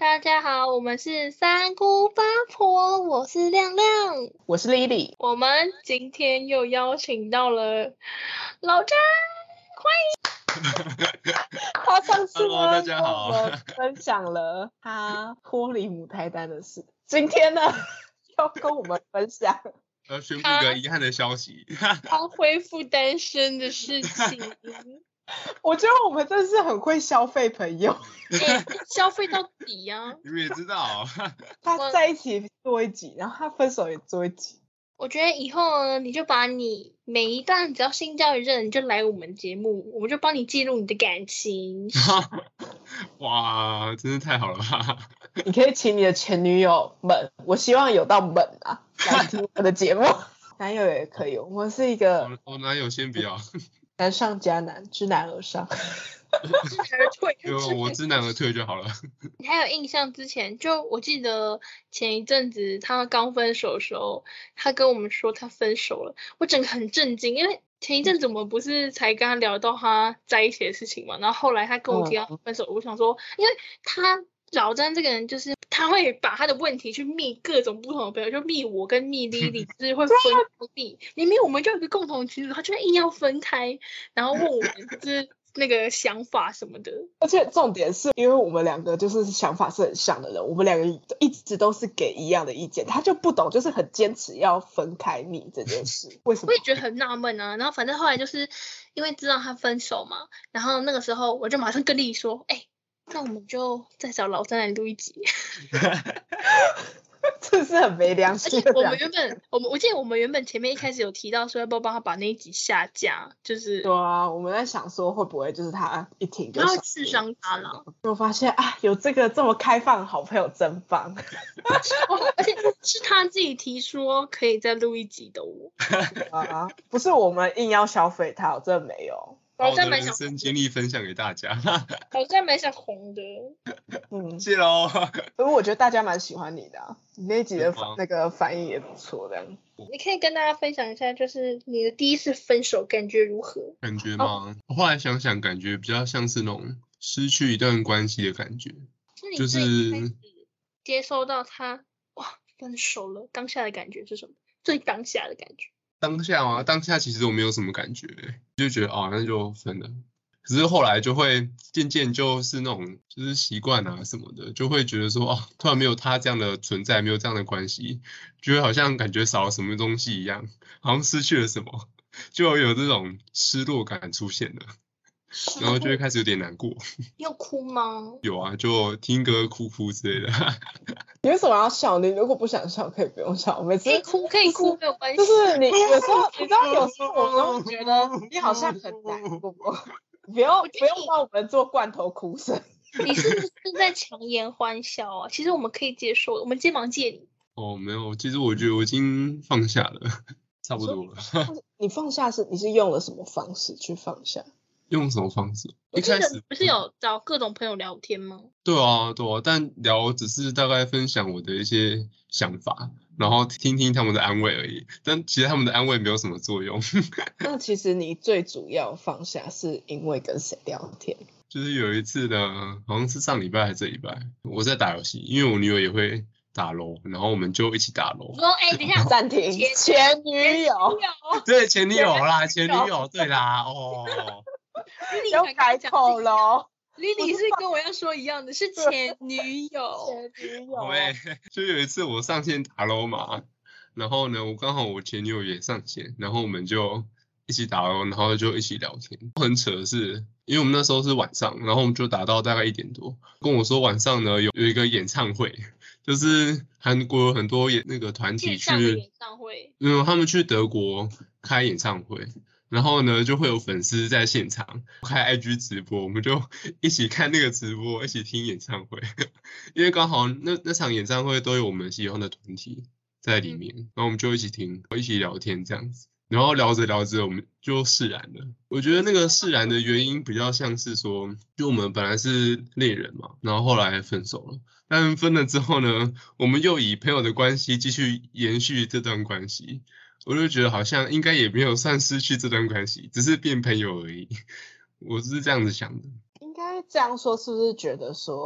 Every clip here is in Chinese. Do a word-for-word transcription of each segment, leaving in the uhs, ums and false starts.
大家好，我们是三姑八婆，我是亮亮， 我是 Lily。 我们今天又邀请到了老詹，欢迎。 他上次呢 Hello, 大家好跟我们分享了他脱离母胎单的事，今天呢要跟我们分享要宣布一个遗憾的消息， 他恢复单身的事情。 我觉得我们真的是很会消费朋友， 欸、消费到底啊！ 你们也知道， 他在一起做一集，然后他分手也做一集。 我觉得以后呢，你就把你每一段只要性交一任，你就来我们节目，我们就帮你记录你的感情。 哇，真是太好了吧！ 你可以请你的前女友们，我希望有到们啊，来听我的节目。男友也可以，我们是一个我男友先不要， 难上加难，知难而上。 知难而退， 就我知难而退就好了。 你还有印象之前，就我记得前一阵子他刚分手的时候，他跟我们说他分手了，我整个很震惊，因为前一阵子我们不是才跟他聊到他在一起的事情嘛，然后后来他跟我提到分手，嗯、我想说，因为他老詹这个人就是他会把他的问题去密各种不同的朋友，就密我跟密 Lily， 就是会分开密，明明我们就有一个共同群组，他就硬要分开，然后问我们就是那个想法什么的。 而且重点是因为我们两个就是想法是很像的人，我们两个一直都是给一样的意见，他就不懂，就是很坚持要分开你这件事，为什么？ 我也觉得很纳闷啊。然后反正后来就是因为知道他分手嘛，然后那个时候我就马上跟丽说，哎、欸，那我们就再找老詹来录一集。 这是很没良心的。 而且我们原本，我们我记得我们原本前面一开始有提到说要不要帮他把那一集下架，就是对啊，我们在想说会不会就是他一听就然后刺伤他了。 我发现啊，有这个这么开放的好朋友真棒。 而且是他自己提说可以再录一集的我。 啊，不是我们硬要消费他，我真的没有。 把我的人生经历分享给大家。 我真的蛮想红的。 嗯， 谢喽。 不过我觉得大家蛮喜欢你的、啊，你那集的那个反应也不错的。 你可以跟大家分享一下，就是你的第一次分手感觉如何？ 感觉吗？哦、我后来想想，感觉比较像是那种失去一段关系的感觉。 就是你最开始接收到他哇分手了，当下的感觉是什么？最当下的感觉？ 当下吗？当下其实我没有什么感觉，就觉得哦，那就分了。可是后来就会渐渐就是那种就是习惯啊什么的，就会觉得说哦，突然没有他这样的存在，没有这样的关系，就会好像感觉少了什么东西一样，好像失去了什么，就有这种失落感出现了。然后就会开始有点难过。 你有哭吗？ 有啊，就听歌哭哭之类的。 你为什么要笑？你如果不想笑，可以不用笑。每次可以哭，可以哭，没有关系。 就是你有时候，你知道，有时候我都会觉得你好像很难过。不用不用帮我们做罐头哭声。 你是不是在强颜欢笑啊？其实我们可以接受，我们肩膀借你。 哦，没有，其实我觉得我已经放下了，差不多了。 你放下是你是用了什么方式去放下？ 用什么方式？ 一开始不是有找各种朋友聊天吗？ 对啊，对啊，但聊只是大概分享我的一些想法，然后听听他们的安慰而已。但其实他们的安慰没有什么作用。 那其实你最主要放下是因为跟谁聊天？ 就是有一次呢，好像是上礼拜还是这礼拜，我在打游戏，因为我女友也会打楼，然后我们就一起打楼。 说，哎、欸，等一下， 暂停。前女友。 对，前女友啦，前女友，对啦，哦。 要改口咯。 Lily 是跟我要说一样的，是前女友。 前女友。 对，就有一次我上线打楼嘛，然后呢，我刚好我前女友也上线，然后我们就一起打楼，然后就一起聊天。很扯的是，因为我们那时候是晚上，然后我们就打到大概一点多，跟我说晚上呢有有一个演唱会，就是韩国有很多演那个团体去演唱会， 嗯，他们去德国开演唱会。然后呢，就会有粉丝在现场开 I G 直播，我们就一起看那个直播，一起听演唱会。因为刚好那那场演唱会都有我们喜欢的团体在里面，然后我们就一起听，一起聊天这样子。然后聊着聊着，我们就释然了。我觉得那个释然的原因比较像是说，就我们本来是恋人嘛，然后后来分手了。但分了之后呢，我们又以朋友的关系继续延续这段关系。我就觉得好像应该也没有算失去这段关系，只是变朋友而已。我是这样子想的。 应该这样说，是不是觉得说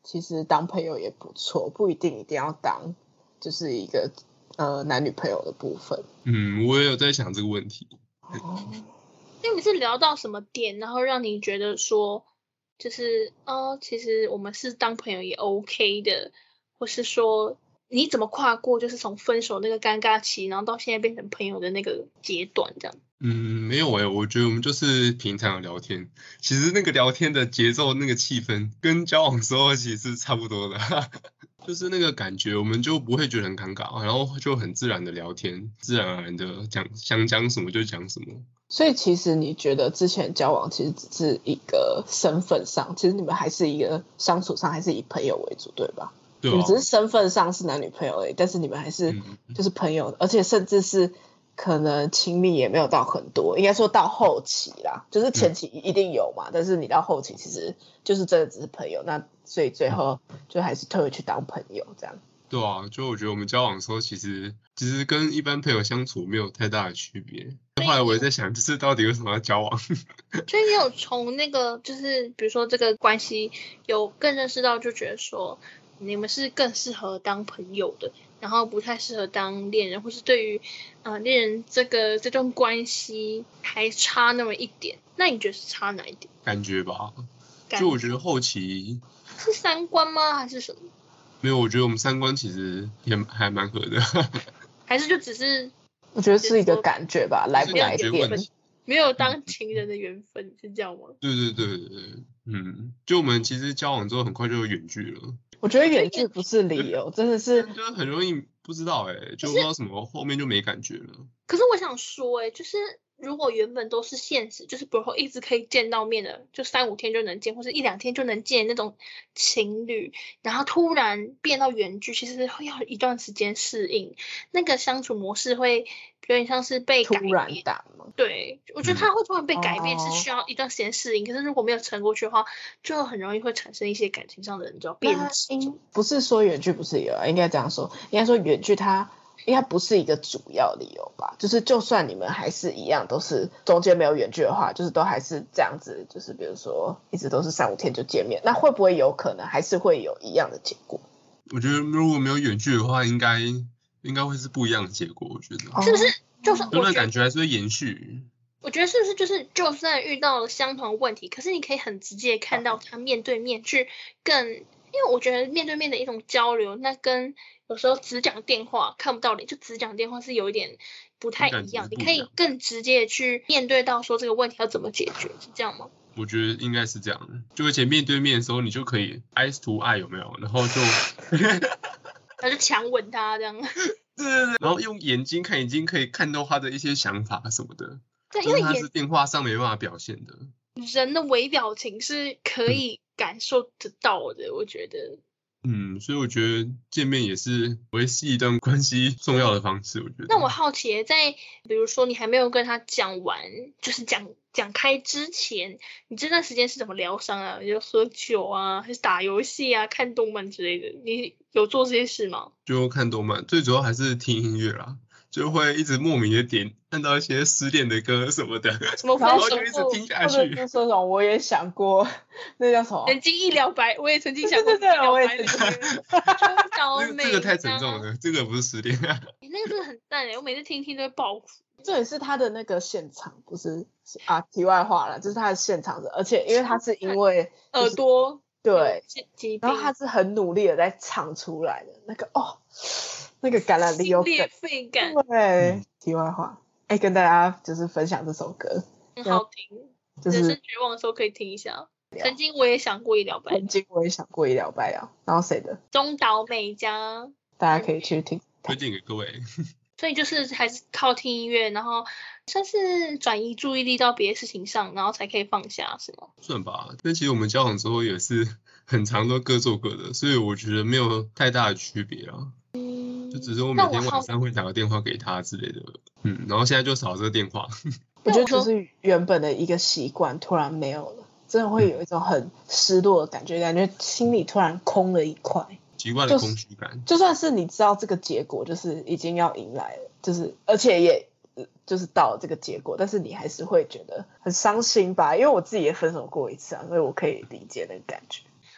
其实当朋友也不错，不一定一定要当就是一个呃男女朋友的部分。 嗯，我也有在想这个问题。 哦， 那你是聊到什么点，然后让你觉得说，就是哦，其实我们是当朋友也 OK 的，或是说你怎么跨过就是从分手那个尴尬期，然后到现在变成朋友的那个阶段这样？ 嗯，没有诶、欸，我觉得我们就是平常的聊天，其实那个聊天的节奏、那个气氛跟交往时候其实是差不多的，就是那个感觉，我们就不会觉得很尴尬，然后就很自然的聊天，自然而然的讲想讲什么就讲什么。 所以其实你觉得之前交往其实只是一个身份上，其实你们还是一个相处上还是以朋友为主，对吧？ 对啊， 你们只是身份上是男女朋友而已，但是你们还是就是朋友， 嗯、 而且甚至是可能亲密也没有到很多，应该说到后期啦，就是前期一定有嘛，嗯、但是你到后期其实就是真的只是朋友，那所以最后就还是退回去当朋友这样。 对啊，就我觉得我们交往的时候，其实其实跟一般朋友相处没有太大的区别。后来我也在想，就是到底为什么要交往？ 所以你有从那个就是比如说这个关系有更认识到，就觉得说你们是更适合当朋友的，然后不太适合当恋人，或是对于呃恋人这个这段关系还差那么一点，那你觉得是差哪一点？ 感觉吧，就我觉得后期是三观吗？还是什么？ 没有，我觉得我们三观其实也还蛮合的。 还是就只是？ 我觉得是一个感觉吧，来不来电， 没有当情人的缘分，嗯、是这样吗？ 对对对对对，嗯，就我们其实交往之后很快就远距了。 我觉得远距不是理由，真的是就是很容易不知道哎、欸，就不知道什么后面就没感觉了。 可是我想说哎、欸，就是如果原本都是现实，就是比如说一直可以见到面的，就三五天就能见，或者一两天就能见那种情侣，然后突然变到远距，其实会要一段时间适应，那个相处模式会有点像是被改变。 突然打吗？ 对，我觉得他会突然被改变， 嗯、 是需要一段时间适应。哦、可是如果没有撑过去的话，就很容易会产生一些感情上的，你知道变质。 不是说远距不是理由，应该这样说，应该说远距它应该不是一个主要理由吧？就是就算你们还是一样，都是中间没有远距的话，就是都还是这样子，就是比如说一直都是三五天就见面，那会不会有可能还是会有一样的结果？ 我觉得如果没有远距的话，应该应该会是不一样的结果。我觉得是不是？就算那个感觉还是会延续。 我觉得是不是就是就算遇到了相同的问题，可是你可以很直接看到他面对面去更，因为我觉得面对面的一种交流，那跟有时候只讲电话看不到脸，就只讲电话是有一点不太一样。你可以更直接的去面对到说这个问题要怎么解决，是这样吗？ 我觉得应该是这样，就而且面对面的时候，你就可以 eyes to eye 有没有？然后就然后就强吻他这样。 对对对，然后用眼睛看眼睛，可以看到他的一些想法什么的。 对，因为他是电话上没办法表现的。 人的微表情是可以感受得到的，嗯、我觉得。 嗯，所以我觉得见面也是维系一段关系重要的方式，我觉得。 那我好奇，在比如说你还没有跟他讲完，就是讲讲开之前，你这段时间是怎么疗伤啊？就喝酒啊，还是打游戏啊，看动漫之类的？你有做这些事吗？ 就看动漫，最主要还是听音乐啦。就会一直莫名的点看到一些失恋的歌什么的， 什么分手， 然后就一直听下去。 或者是说种我也想过，那叫什么？ 曾经一了百，我也曾经想过。 对对对，我也曾经。 这个太沉重了，这个不是失恋啊。 欸、那个真的很淡哎，我每次听听都会爆哭。 这也是他的那个现场，不是啊？题外话了，这、就是他的现场的，而且因为他是因为、就是、 耳朵对，然后他是很努力的在唱出来的那个哦。那个感染力有裂肺感， 对。嗯、题外话，哎、欸，跟大家就是分享这首歌， 很好听。就是人生绝望的时候可以听一下。曾经我也想过一了百了， 曾经我也想过一了百了。然后谁的？ 中岛美嘉， 大家可以去听， 推荐给各位。 所以就是还是靠听音乐，然后算是转移注意力到别的事情上，然后才可以放下，是吗？ 算吧，但其实我们交往之后也是很常都各做各的，所以我觉得没有太大的区别啊。嗯，就只是我每天晚上会打个电话给他之类的，嗯，然后现在就少这个电话。 我觉得就是原本的一个习惯突然没有了，真的会有一种很失落的感觉，感觉心里突然空了一块。 奇怪的空虚感、就是， 就算是你知道这个结果就是已经要迎来了，就是而且也就是到了这个结果，但是你还是会觉得很伤心吧？因为我自己也分手过一次啊，所以我可以理解那个感觉。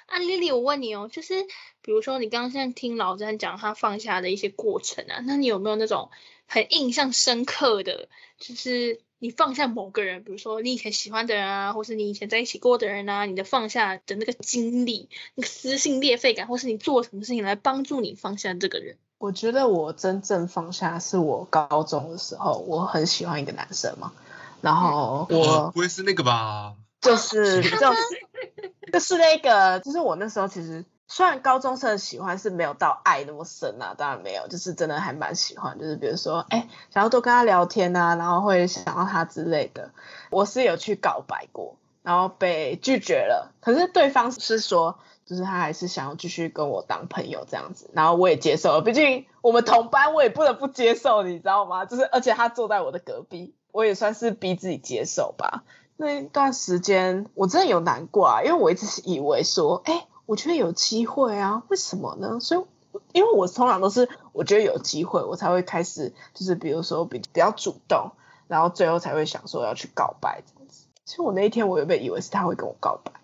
啊，Lily，我问你哦，就是比如说你刚刚现在听老詹讲他放下的一些过程啊，那你有没有那种很印象深刻的，就是你放下某个人，比如说你以前喜欢的人啊，或是你以前在一起过的人啊，你的放下的那个经历，那个撕心裂肺感，或是你做什么事情来帮助你放下这个人？ 我觉得我真正放下是我高中的时候，我很喜欢一个男生嘛，然后我不会是那个吧？ 就是就是就是那个，就是我那时候其实虽然高中生的喜欢是没有到爱那么深啊，当然没有，就是真的还蛮喜欢，就是比如说哎，想要多跟他聊天啊，然后会想要他之类的。我是有去告白过，然后被拒绝了，可是对方是说就是他还是想要继续跟我当朋友这样子，然后我也接受了，毕竟我们同班，我也不能不接受，你知道吗？就是而且他坐在我的隔壁，我也算是逼自己接受吧。那段时间我真的有难过啊，因为我一直以为说哎，我觉得有机会啊，为什么呢？所以因为我通常都是我觉得有机会我才会开始，就是比如说比比较主动，然后最后才会想说要去告白这样子。其实我那一天我原本以为是他会跟我告白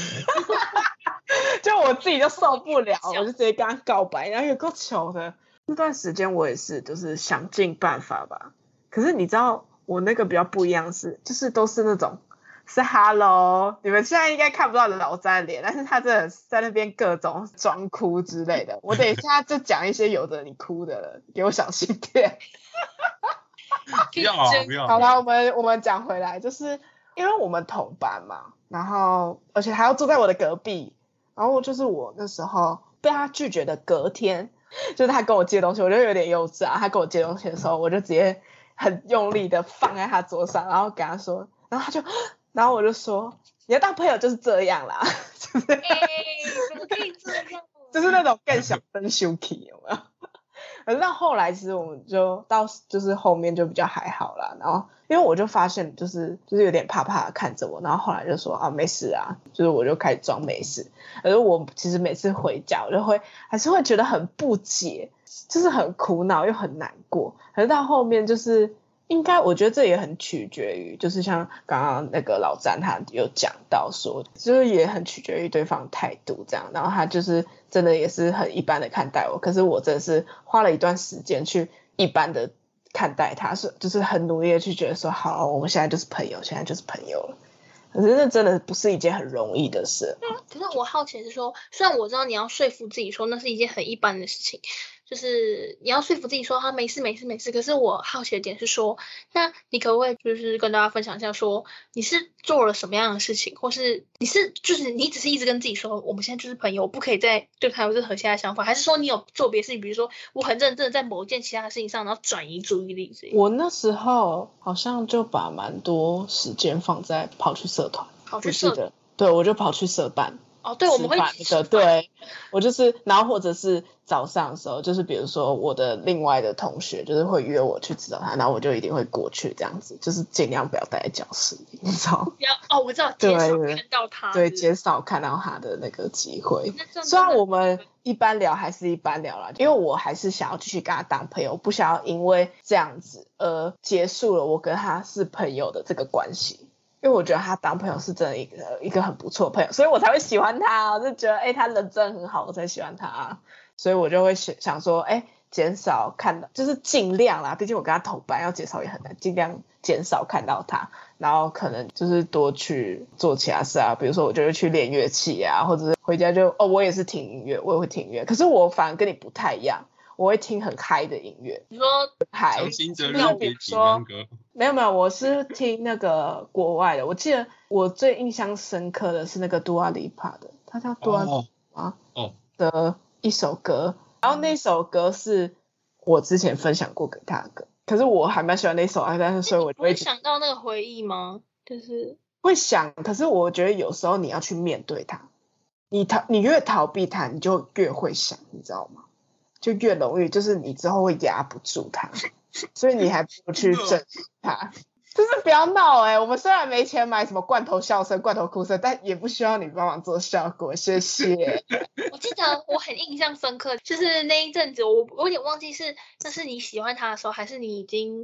就我自己就受不了，我就直接跟他告白，然后有够糗的。那段时间我也是就是想尽办法吧，可是你知道我那个比较不一样是，就是都是那种是 hello， 你们现在应该看不到老詹的脸，但是他真的在那边各种装哭之类的。我等一下就讲一些有的你哭的了，给我小心点不要啊不要。 好了，我们我们讲回来，就是因为我们同班嘛，然后而且还要坐在我的隔壁，然后就是我那时候被他拒绝的隔天，就是他跟我借东西，我就有点幼稚啊。他跟我借东西的时候，我就直接很用力的放在他桌上，然后跟他说，然后他就，然后我就说，你要当朋友就是这样啦，就是， 哎，怎么可以这样？ 就是那种更小声羞气，有没有？可是到后来，其实我们就到就是后面就比较还好啦。然后因为我就发现就是就是有点怕怕的看着我，然后后来就说啊没事啊，就是我就开始装没事。可是我其实每次回家，我就会还是会觉得很不解，就是很苦恼又很难过。可是到后面就是应该我觉得这也很取决于，就是像刚刚那个老詹他有讲到说，就是也很取决于对方态度这样。然后他就是真的也是很一般的看待我，可是我真的是花了一段时间去一般的看待他，是就是很努力的去觉得说，好，我们现在就是朋友，现在就是朋友了。可是那真的不是一件很容易的事。 可是我好奇的是说，虽然我知道你要说服自己说那是一件很一般的事情，就是你要说服自己说他没事没事没事，可是我好奇的点是说，那你可不可以就是跟大家分享一下说，你是做了什么样的事情，或是你是就是你只是一直跟自己说我们现在就是朋友，我不可以再对他有任何其他的想法，还是说你有做别的事情，比如说我很认真的在某一件其他的事情上，然后转移注意力之类的？ 我那时候好像就把蛮多时间放在跑去社团， 跑去社团， 对，我就跑去社办。 哦，对，我们会一起的，对，我就是，然后或者是早上的时候，就是比如说我的另外的同学就是会约我去指导他，然后我就一定会过去，这样子，就是尽量不要待在教室里，你知道？ 不要哦，我知道，减少看到他， 对，减少看到他的那个机会。虽然我们一般聊还是一般聊啦，因为我还是想要继续跟他当朋友，不想要因为这样子而结束了我跟他是朋友的这个关系。因为我觉得他当朋友是真的一个一个很不错的朋友，所以我才会喜欢他。我就觉得，哎、欸，他人真的很好，我才喜欢他。所以我就会想说，哎、欸，减少看到，就是尽量啦。毕竟我跟他同班，要减少也很难，尽量减少看到他。然后可能就是多去做其他事啊，比如说我就会去练乐器啊，或者是回家就哦，我也是听音乐，我也会听音乐。可是我反而跟你不太一样。我会听很嗨的音乐， 你说嗨， 伤心的人别提那个， 没有没有，我是听那个国外的。我记得我最印象深刻的是那个 Dua Lipa 的，他叫 Dua Lipa 的一首歌，然后那首歌是我之前分享过给他的歌，可是我还蛮喜欢那首啊，但是所以我就会想到那个回忆吗？就是会想，可是我觉得有时候你要去面对它，你逃你越逃避它，你就越会想，你知道吗？就越容易，就是你之后会压不住它，所以你还不去正视它。就是不要闹哎、欸！我们虽然没钱买什么罐头笑声、罐头哭声，但也不需要你帮忙做效果，谢谢。 我记得我很印象深刻，就是那一阵子我我有点忘记是那是你喜欢他的时候，还是你已经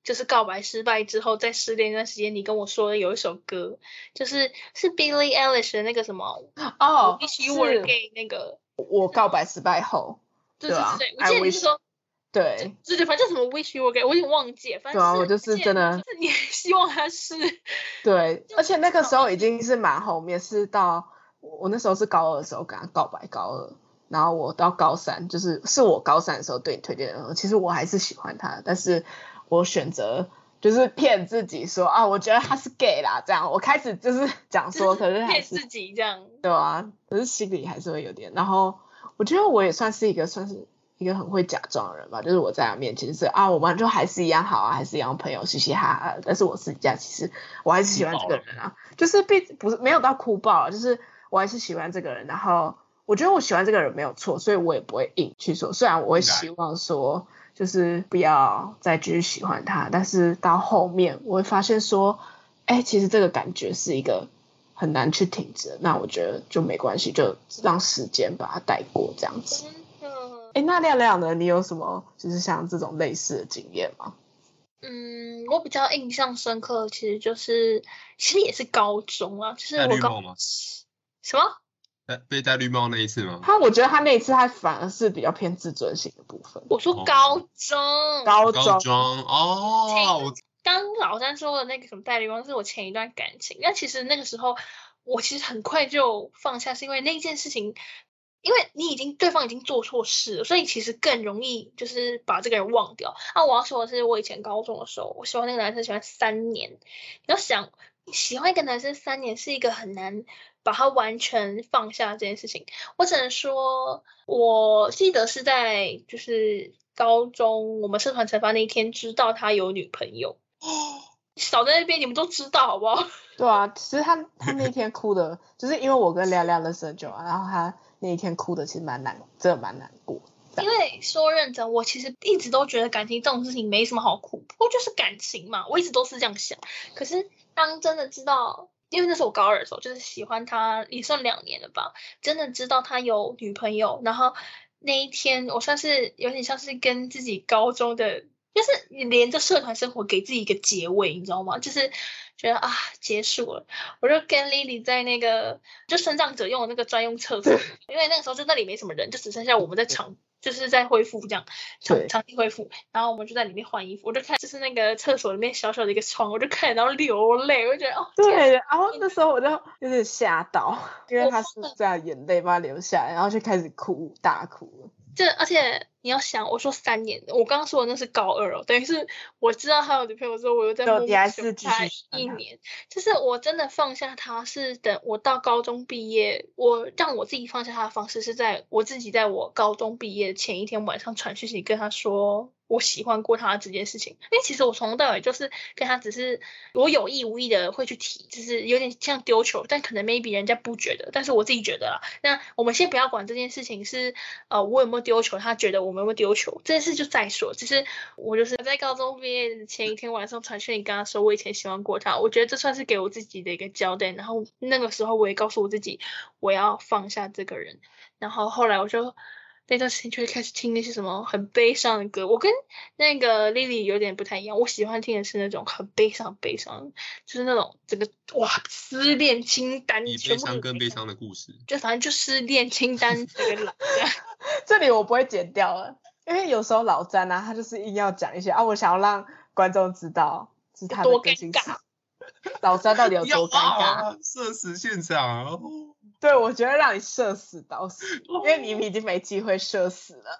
就是告白失败之后，在失恋那段时间，你跟我说的有一首歌，就是是 Billie Eilish 的那个什么哦， Wish You Were Gay 那个。 我告白失败后， 对对对对，我 I 记得你是 wish 说。 对对对，反正叫什么 Wish You Were Gay，我有点忘记了，反正对啊，我就是真的， 就是你希望他是。 对，而且那个时候已经是蛮后面，是到我那时候是高二的时候跟他告白，高二，然后我到高三，就是是我高三的时候对你推荐的，其实我还是喜欢他，但是我选择就是骗自己说啊，我觉得他是 gay 啦，这样我开始就是讲说，可是还是骗自己这样。 对啊，可是心里还是会有点，然后我觉得我也算是一个算是一个很会假装的人吧，就是我在他面前是啊，我们就还是一样好啊，还是一样朋友，嘻嘻哈哈，但是我私底下其实我还是喜欢这个人啊，就是必不是没有到哭爆了，就是我还是喜欢这个人，然后我觉得我喜欢这个人没有错，所以我也不会硬去说，虽然我会希望说就是不要再继续喜欢他，但是到后面我会发现说，哎，其实这个感觉是一个很难去停止，那我觉得就没关系，就让时间把它带过这样子。哎，那亮亮呢？你有什么就是像这种类似的经验吗？ 嗯，我比较印象深刻的其实就是，其实也是高中啊，就是我高吗？ 什么？ 被戴绿帽那一次吗？ 他我觉得他那一次他反而是比较偏自尊型的部分。 我说高中，哦、 高中， 高中哦。 刚老三说的那个什么戴绿帽是我前一段感情，但其实那个时候我其实很快就放下，是因为那件事情。因为你已经对方已经做错事了，所以其实更容易就是把这个人忘掉。啊，我要说的是，我以前高中的时候，我喜欢那个男生喜欢三年。你要想，喜欢一个男生三年是一个很难把他完全放下这件事情。我只能说，我记得是在就是高中我们社团惩罚那一天，知道他有女朋友。少在那边，你们都知道好不好？ 对啊，其实他他那天哭的，就是因为我跟亮亮认识很久啊，然后他那一天哭的其实蛮难，真的蛮难过。 因为说认真，我其实一直都觉得感情这种事情没什么好哭，不过就是感情嘛，我一直都是这样想。可是当真的知道，因为那是我高二的时候，就是喜欢他也算两年了吧，真的知道他有女朋友，然后那一天我算是有点像是跟自己高中的。就是连着社团生活给自己一个结尾，你知道吗？就是觉得啊结束了，我就跟 Lily 在那个就身障者用的那个专用厕所，因为那个时候就那里没什么人，就只剩下我们在场，就是在恢复这样场场地恢复，然后我们就在里面换衣服，我就看就是那个厕所里面小小的一个窗，我就看然后流泪，我就觉得哦对，然后那时候我就有点吓到，因为他是这样眼泪把他流下来，然后就开始哭大哭。 这而且你要想，我说三年，我刚刚说的那是高二哦，等于是我知道他有女朋友之后，我又在梦想他一年，就是我真的放下他是等我到高中毕业，我让我自己放下他的方式是在我自己在我高中毕业前一天晚上传讯息跟他说我喜欢过他这件事情，因为其实我从头到尾就是跟他只是我有意无意的会去提，就是有点像丢球，但可能 maybe 人家不觉得，但是我自己觉得啦。那我们先不要管这件事情是呃我有没有丢球，他觉得我们有没有丢球，这件事就再说。只是我就是在高中毕业前一天晚上传讯息跟他说我以前喜欢过他，我觉得这算是给我自己的一个交代。然后那个时候我也告诉我自己我要放下这个人，然后后来我就。那段时间就会开始听那些什么很悲伤的歌，我跟那个 Lily 有点不太一样，我喜欢听的是那种很悲伤悲伤，就是那种整个哇失恋清单， 以悲伤跟悲伤的故事， 就反正就失恋清单这个来这里我不会剪掉了，因为有时候老詹啊，他就是硬要讲一些啊，我想要让观众知道是他的个性是老詹到底有多尴尬， 社死现场。 对，我觉得让你社死倒死，因为你已经没机会社死了。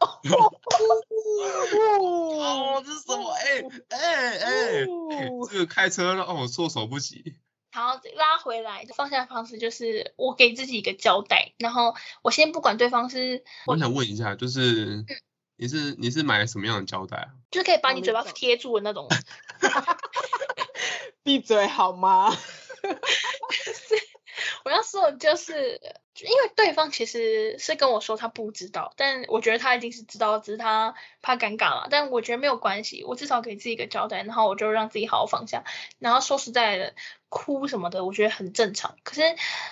哦，这是什么？哎哎哎，这个开车让我措手不及。 好，拉回来，放下的方式就是我给自己一个交代，然后我先不管对方是。 我想问一下，就是、嗯、你是你是买什么样的胶带啊？ 就是可以把你嘴巴贴住的那种。 闭嘴好吗？ 我要说的就是，因为对方其实是跟我说他不知道，但我觉得他一定是知道，只是他怕尴尬嘛。但我觉得没有关系，我至少给自己一个交代，然后我就让自己好好放下。然后说实在的，哭什么的，我觉得很正常。可是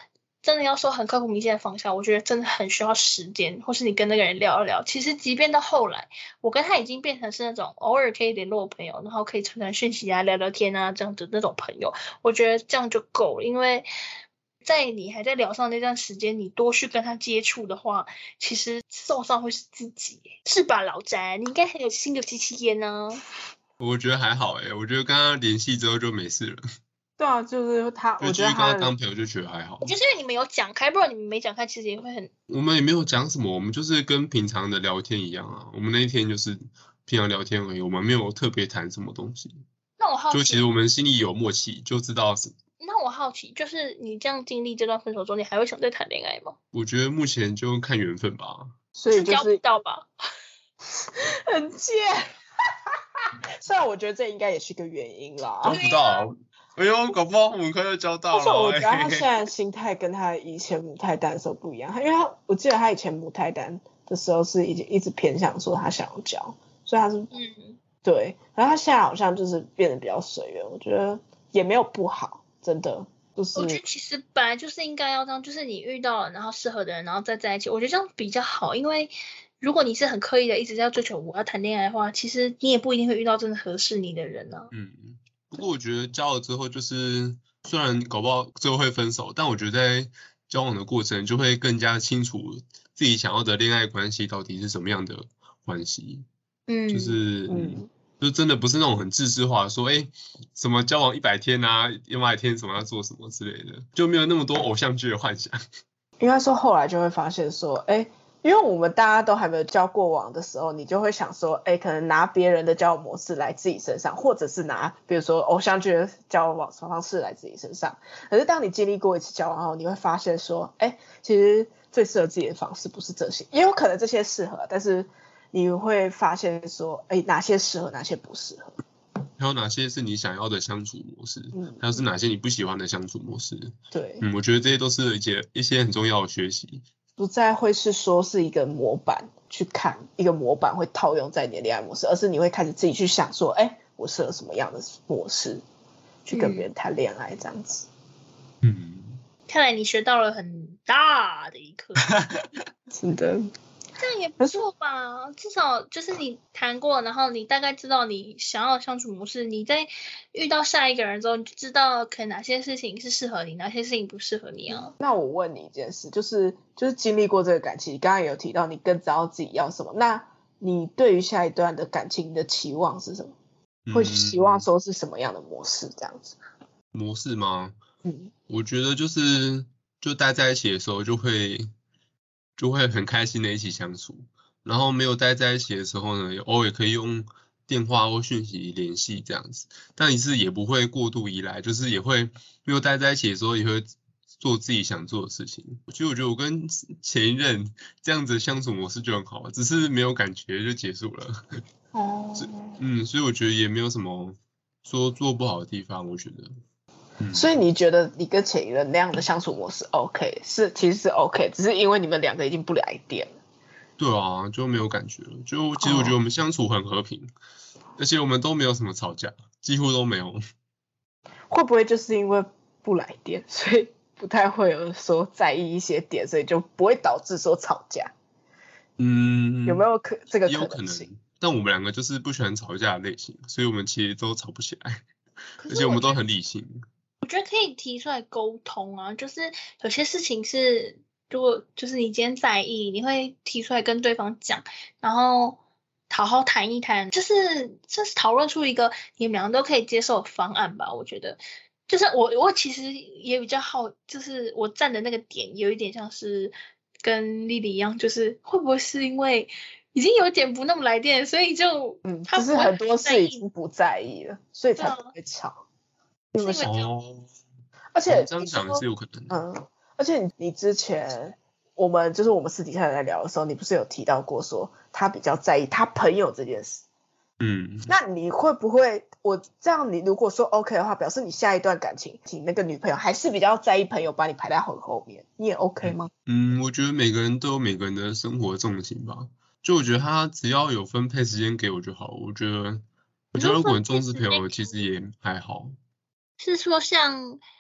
真的要说很刻骨铭心的放下，我觉得真的很需要时间，或是你跟那个人聊一聊。其实即便到后来，我跟他已经变成是那种偶尔可以联络的朋友，然后可以传传讯息啊、聊聊天啊这样子那种朋友，我觉得这样就够了。因为在你还在疗伤那段时间，你多去跟他接触的话，其实受伤会是自己，是吧，老詹？你应该很有心有戚戚焉呢。 我觉得还好哎，我觉得跟他联系之后就没事了。 对啊，就是他， 就继续跟我觉得他他当朋友就觉得还好。 就是因为你们有讲开，不然你们没讲开，其实也会很。 我们也没有讲什么，我们就是跟平常的聊天一样啊。我们那一天就是平常聊天而已，我们没有特别谈什么东西。 那我好奇， 就其实我们心里有默契，就知道是。 那我好奇，就是你这样经历这段分手之后，你还会想再谈恋爱吗？ 我觉得目前就看缘分吧。 所以就是交不到吧？ 很贱。虽然我觉得这应该也是个原因啦。 交不到、啊，哎呦，搞不好我们快要交到了。 但是我觉得他现在心态跟他以前母胎单的时候不一样，因为他我记得他以前母胎单的时候是一直一直偏向说他想要交，所以他是嗯对，然后他现在好像就是变得比较随缘，我觉得也没有不好，真的就是。 我觉得其实本来就是应该要这样，就是你遇到了然后适合的人，然后再在一起，我觉得这样比较好，因为如果你是很刻意的一直在追求我要谈恋爱的话，其实你也不一定会遇到真的合适你的人啊。 嗯，不过我觉得交了之后，就是虽然搞不好最后会分手，但我觉得在交往的过程就会更加清楚自己想要的恋爱关系到底是什么样的关系。 嗯， 就是嗯， 就真的不是那种很制式化，说哎、欸、什么交往一百天啊，一百天什么要做什么之类的，就没有那么多偶像剧的幻想。 应该说后来就会发现说，哎。因为我们大家都还没有交过往的时候，你就会想说，哎，可能拿别人的交往模式来自己身上，或者是拿比如说偶像剧的交往方式来自己身上。可是当你经历过一次交往后，你会发现说，哎，其实最适合自己的方式不是这些，也有可能这些适合，但是你会发现说，哎，哪些适合，哪些不适合。 还有哪些是你想要的相处模式，嗯、还有是哪些你不喜欢的相处模式。 对， 嗯，我觉得这些都是一些一些很重要的学习。 不再会是说是一个模板去看，一个模板会套用在你的恋爱模式，而是你会开始自己去想说，哎，我适合什么样的模式去跟别人谈恋爱这样子。 嗯， 看来你学到了很大的一课。 真的。 这样也不错吧，至少就是你谈过，然后你大概知道你想要的相处模式，你在遇到下一个人之后，你就知道可能哪些事情是适合你，哪些事情不适合你啊。 那我问你一件事，就是就是经历过这个感情，刚刚有提到你更知道自己要什么，那你对于下一段的感情的期望是什么？嗯、会希望说是什么样的模式这样子？ 模式吗？ 嗯， 我觉得就是就待在一起的时候就会。就会很开心的一起相处，然后没有待在一起的时候呢，偶尔可以用电话或讯息联系这样子，但是也不会过度依赖，就是也会没有待在一起的时候也会做自己想做的事情。其实我觉得我跟前一任这样子相处模式就很好，只是没有感觉就结束了。 哦， 嗯，所以我觉得也没有什么说做不好的地方，我觉得。 嗯、所以你觉得你跟前一任那样的相处模式 OK， 是其实是 OK， 只是因为你们两个已经不来电了。 对啊，就没有感觉了。就其实我觉得我们相处很和平，哦、而且我们都没有什么吵架，几乎都没有。 会不会就是因为不来电，所以不太会有说在意一些点，所以就不会导致说吵架？ 嗯， 有没有可这个可能性？有可能，但我们两个就是不喜欢吵架的类型，所以我们其实都吵不起来，而且我们都很理性。 我觉得可以提出来沟通啊，就是有些事情是，如果就是你今天在意，你会提出来跟对方讲，然后好好谈一谈，就是就是讨论出一个你们两个都可以接受的方案吧。我觉得，就是我我其实也比较好，就是我站的那个点有一点像是跟莉莉一样，就是会不会是因为已经有点不那么来电，所以就嗯，就是很多事已经不在意了，所以才不会吵。 是因为这样， 哦， 而且这样讲是有可能的。 嗯，而且你之前我们就是我们私底下在聊的时候，你不是有提到过说他比较在意他朋友这件事？ 嗯， 那你会不会我这样？你如果说 OK 的话，表示你下一段感情，你那个女朋友还是比较在意朋友，把你排在很后面，你也 OK 吗？ 嗯，我觉得每个人都有每个人的生活重心吧。就我觉得他只要有分配时间给我就好。我觉得，我觉得如果很重视朋友，其实也还好。 是说像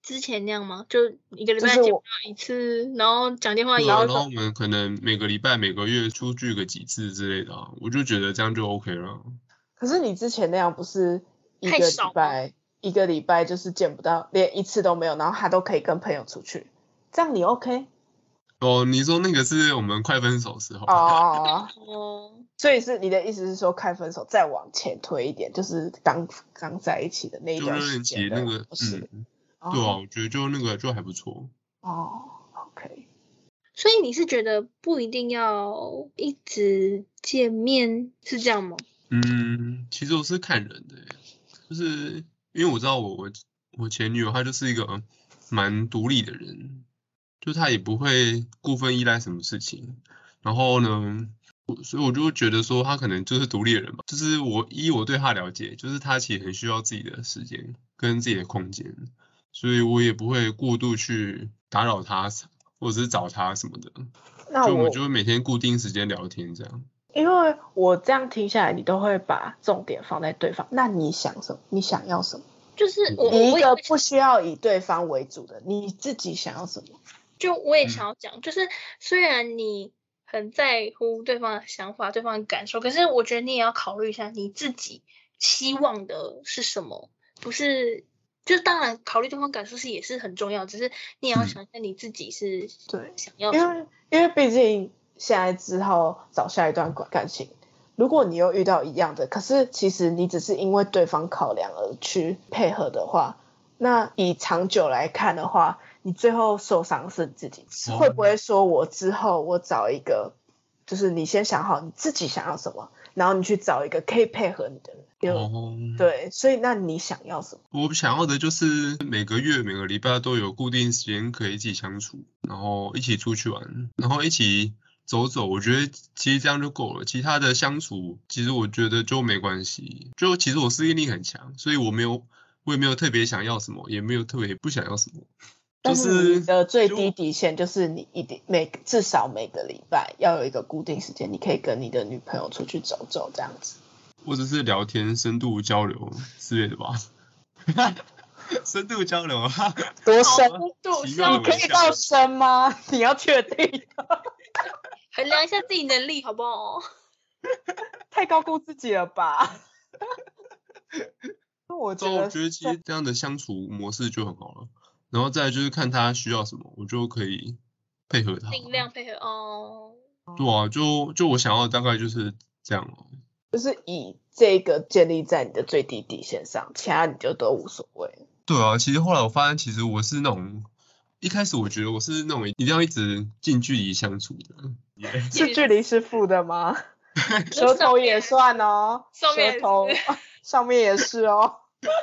之前那样吗？就一个礼就是我拜见不到一次，然后讲电话也对啊， 要然后我们可能每个礼拜、每个月出去个几次之类的啊，我就觉得这样就 OK 了。 可是你之前那样不是一个礼太少吗？ 拜一个礼拜就是见不到，连一次都没有，然后他都可以跟朋友出去，这样你 OK？ 哦，你说那个是我们快分手时候， 哦， 哦， 所以是你的意思是说，快分手再往前推一点，就是刚刚在一起的那一就热恋段时间期那个， 的，不是？ 嗯， 哦对啊，我觉得就那个就还不错。 哦，OK。 所以你是觉得不一定要一直见面，是这样吗？ 嗯，其实我是看人的耶，就是因为我知道我我我前女友她就是一个蛮独立的人，就她也不会过分依赖什么事情，然后呢，我所以我就觉得说她可能就是独立的人吧，就是我依我对她了解，就是她其实很需要自己的时间跟自己的空间，所以我也不会过度去打扰她或者是找她什么的， 那我就我们就会每天固定时间聊天这样。 因为我这样听下来，你都会把重点放在对方，那你想什么？你想要什么？ 就是我以一个我我也不需要以对方为主的，你自己想要什么？ 就我也嗯想要讲，就是虽然你很在乎对方的想法、对方的感受，可是我觉得你也要考虑一下你自己希望的是什么，不是。就当然考虑对方感受是也是很重要，只是你也要嗯想一下你自己是对， 想要什么。 因为因为毕竟现在之后找下一段感情，如果你又遇到一样的，可是其实你只是因为对方考量而去配合的话，那以长久来看的话，你最后受伤是你自己。 哦会不会说我之后我找一个，就是你先想好你自己想要什么，然后你去找一个可以配合你的人。有哦， 对，所以那你想要什么？ 我想要的就是每个月、每个礼拜都有固定时间可以一起相处，然后一起出去玩，然后一起走走。我觉得其实这样就够了，其他的相处其实我觉得就没关系。就其实我适应力很强，所以我没有，我也没有特别想要什么，也没有特别不想要什么。 但就是你的最就低底线就是你一定每至少每个礼拜要有一个固定时间，你可以跟你的女朋友出去走走这样子。 或者是聊天、深度交流之类的吧。深度交流啊， 多深？ 度奇妙的你可以到深吗？你要确定？ 衡量一下自己能力好不好？ 太高估自己了吧？我觉得， 我觉得其实这样的相处模式就很好了。然后再来就是看他需要什么，我就可以配合他。 尽量配合哦。 对啊，就就我想要的大概就是这样了。 就是以这个建立在你的最低底线上，其他你就都无所谓。 对啊，其实后来我发现，其实我是那种一开始我觉得我是那种一定要一直近距离相处的。Yeah. 是距离是负的吗？舌头也算哦， 上面舌头上面也是哦。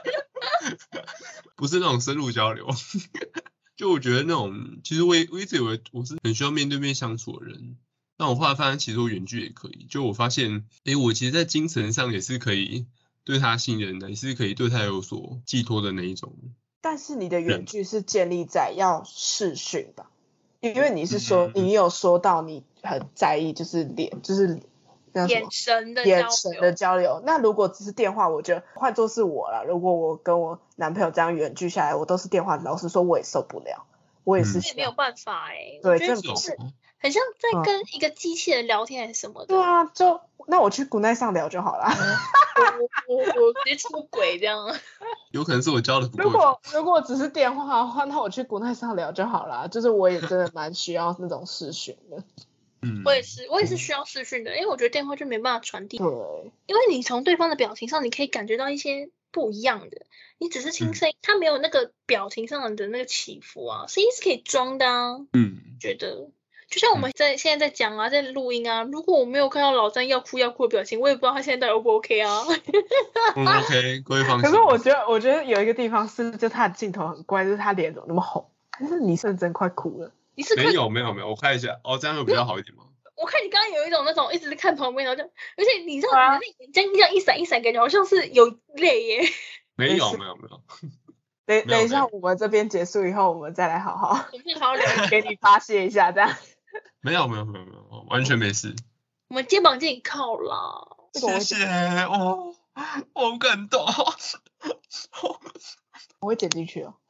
不是那种深入交流。就我觉得那种，其实我也我一直以为我是很需要面对面相处的人，但我后来发现其实我远距也可以。就我发现，诶，我其实在精神上也是可以对他信任的，也是可以对他有所寄托的那一种。 但是你的远距是建立在要视讯吧？因为你是说、嗯、你有说到你很在意就是脸就是眼神的眼神的交流。那如果只是电话，我觉得换作是我啦，如果我跟我男朋友这样远距下来，我都是电话，老实说我也受不了，我也是、 嗯、也没有办法哎、欸， 对， 我觉得就是很像在跟一个机器人聊天还是什么的。 对啊，就那我去古奈上聊就好了。 我我我直接出轨这样。 有可能是我教的不够。 如果如果只是电话的话，那我去古奈上聊就好了。就是我也真的蛮需要那种视讯的。 嗯， 我也是，我也是需要视讯的，因为我觉得电话就没办法传递。 对， 因为你从对方的表情上，你可以感觉到一些不一样的。你只是听声音，他、嗯、没有那个表情上的那个起伏啊，声音是可以装的啊。 嗯， 觉得就像我们在、嗯、现在在讲啊，在录音啊，如果我没有看到老詹要哭要哭的表情，我也不知道他现在到底 O 不 OK 啊。 嗯 OK， 各位放心。 可是我觉得，我觉得有一个地方是，就他的镜头很怪，就是他脸怎么那么红？但是你认真快哭了。 你是没有没有没有，我看一下，哦，这样会比较好一点吗？ 我看你刚刚有一种那种一直在看旁边，然后就，而且你知道你的眼睛这样一闪一闪，感觉好像是有泪耶。 没有没有没有。 等等一下，我们这边结束以后，我们再来好好， 我们好好聊， 给你发泄一下，这样。 没有没有没有没有，完全没事。 我们肩膀借你靠啦。 谢谢哦，我很感动。 我会剪进去哦。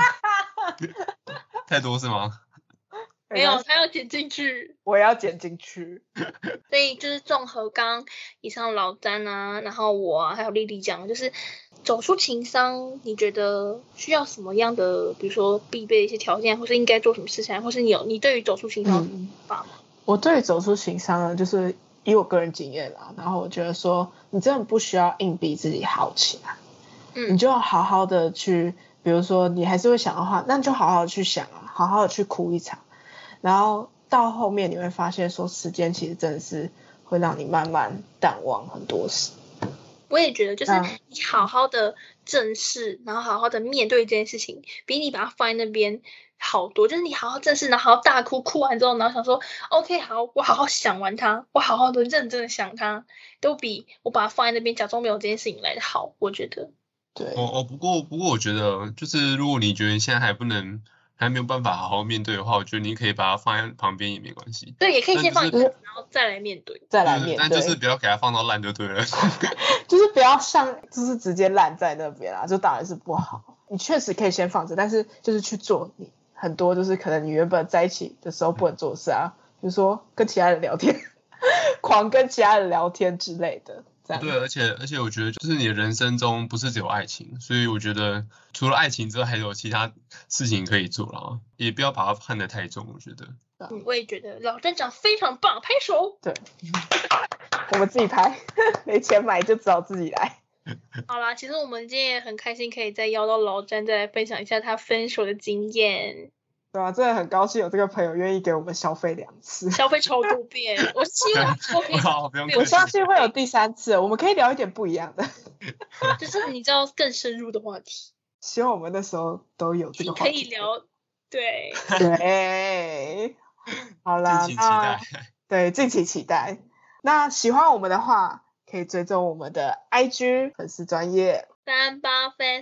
太多是吗？ 没有，他要剪进去。 我也要剪进去。 所以就是综合刚以上老詹啊，然后我啊，还有丽丽讲，就是走出情商，你觉得需要什么样的，比如说必备的一些条件，或是应该做什么事情，或是你有你对于走出情商有什么想法吗？ 我对于走出情商呢，就是以我个人经验啦，然后我觉得说，你真的不需要硬逼自己好起来， 嗯， 你就要好好的去，比如说你还是会想的话，那你就好好的去想啊，好好的去哭一场。然后到后面你会发现说，时间其实真的是会让你慢慢淡忘很多事。 我也觉得，就是你好好的正视，然后好好的面对这件事情，比你把它放在那边好多。就是你好好正视，然后好好大哭，哭完之后，然后想说 ，OK， 好，我好好想完它，我好好的认真的想它，都比我把它放在那边假装没有这件事情来的好。我觉得。 对。 哦哦，不过不过我觉得，就是如果你觉得你现在还不能。还没有办法好好面对的话，我觉得你可以把它放在旁边也没关系。 对，也可以先放一阵子，然后再来面对。 再来面对， 但就是不要给它放到烂就对了。 就是不要上，就是直接烂在那边啦，就当然是不好。你确实可以先放着，但是就是去做你很多就是可能你原本在一起的时候不能做的事啊，比如说跟其他人聊天，狂跟其他人聊天之类的。 对，而且而且我觉得就是你的人生中不是只有爱情，所以我觉得除了爱情之外还有其他事情可以做啦，也不要把它看得太重，我觉得。 嗯，我也觉得老站长非常棒，拍手。 对，我们自己拍，没钱买就只好自己来。 好啦，其实我们今天也很开心，可以再邀到老詹再来分享一下他分手的经验。 对啊，真的很高兴有这个朋友愿意给我们消费两次， 消费超多遍。我希望我可以， 我相信会有第三次，我们可以聊一点不一样的， 就是你知道更深入的话题。 希望我们那时候都有这个话题可以聊，对对，好啦， 敬请期待。 对，敬请期待。那喜欢我们的话，可以追踪我们的 I G 粉丝专页三八 Fan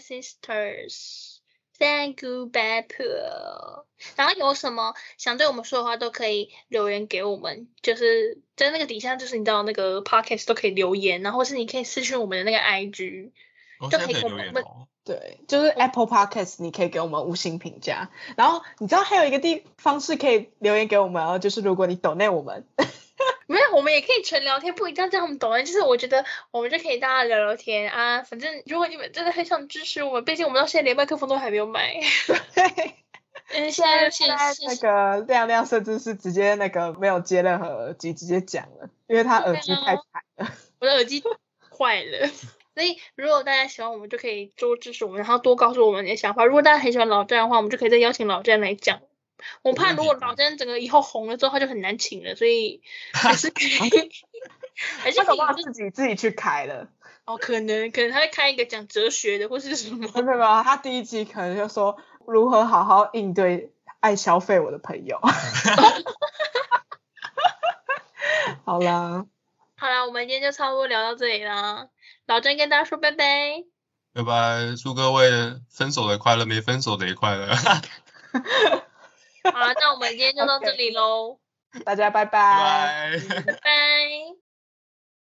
Sisters。Thank you, Bapple。然后有什么想对我们说的话，都可以留言给我们，就是在那个底下，就是你知道那个 podcast 都可以留言，然后或是你可以私讯我们的那个 I G，、 哦、 就可以给我们问。 哦、 对，就是 Apple Podcast， 你可以给我们五星评价。然后你知道还有一个地方是可以留言给我们哦，就是如果你抖内我们。 没有，我们也可以纯聊天，不一定要叫他们懂。就是我觉得我们就可以大家聊聊天啊。反正如果你们真的很想支持我们，毕竟我们到现在连麦克风都还没有买。 对， 嗯，现在就现在那个亮亮甚至是直接那个没有接任何耳机，直接讲了，因为他耳机太惨了。 我的耳机坏了。所以如果大家喜欢我们，就可以多支持我们，然后多告诉我们你的想法。如果大家很喜欢老詹的话，我们就可以再邀请老詹来讲。我怕如果老詹整个以后红了之后，他就很难请了，所以还是可以，还是可以自己自己去开了。 哦，可能可能他会开一个讲哲学的或是什么。 没有没有，他第一集可能就说如何好好应对爱消费我的朋友。好啦， 好啦，我们今天就差不多聊到这里啦。老詹跟大家说拜拜。 拜拜，祝各位分手的快乐，没分手的也快乐。 好，那我们今天就到这里喽。 大家拜拜。 拜拜。 拜拜。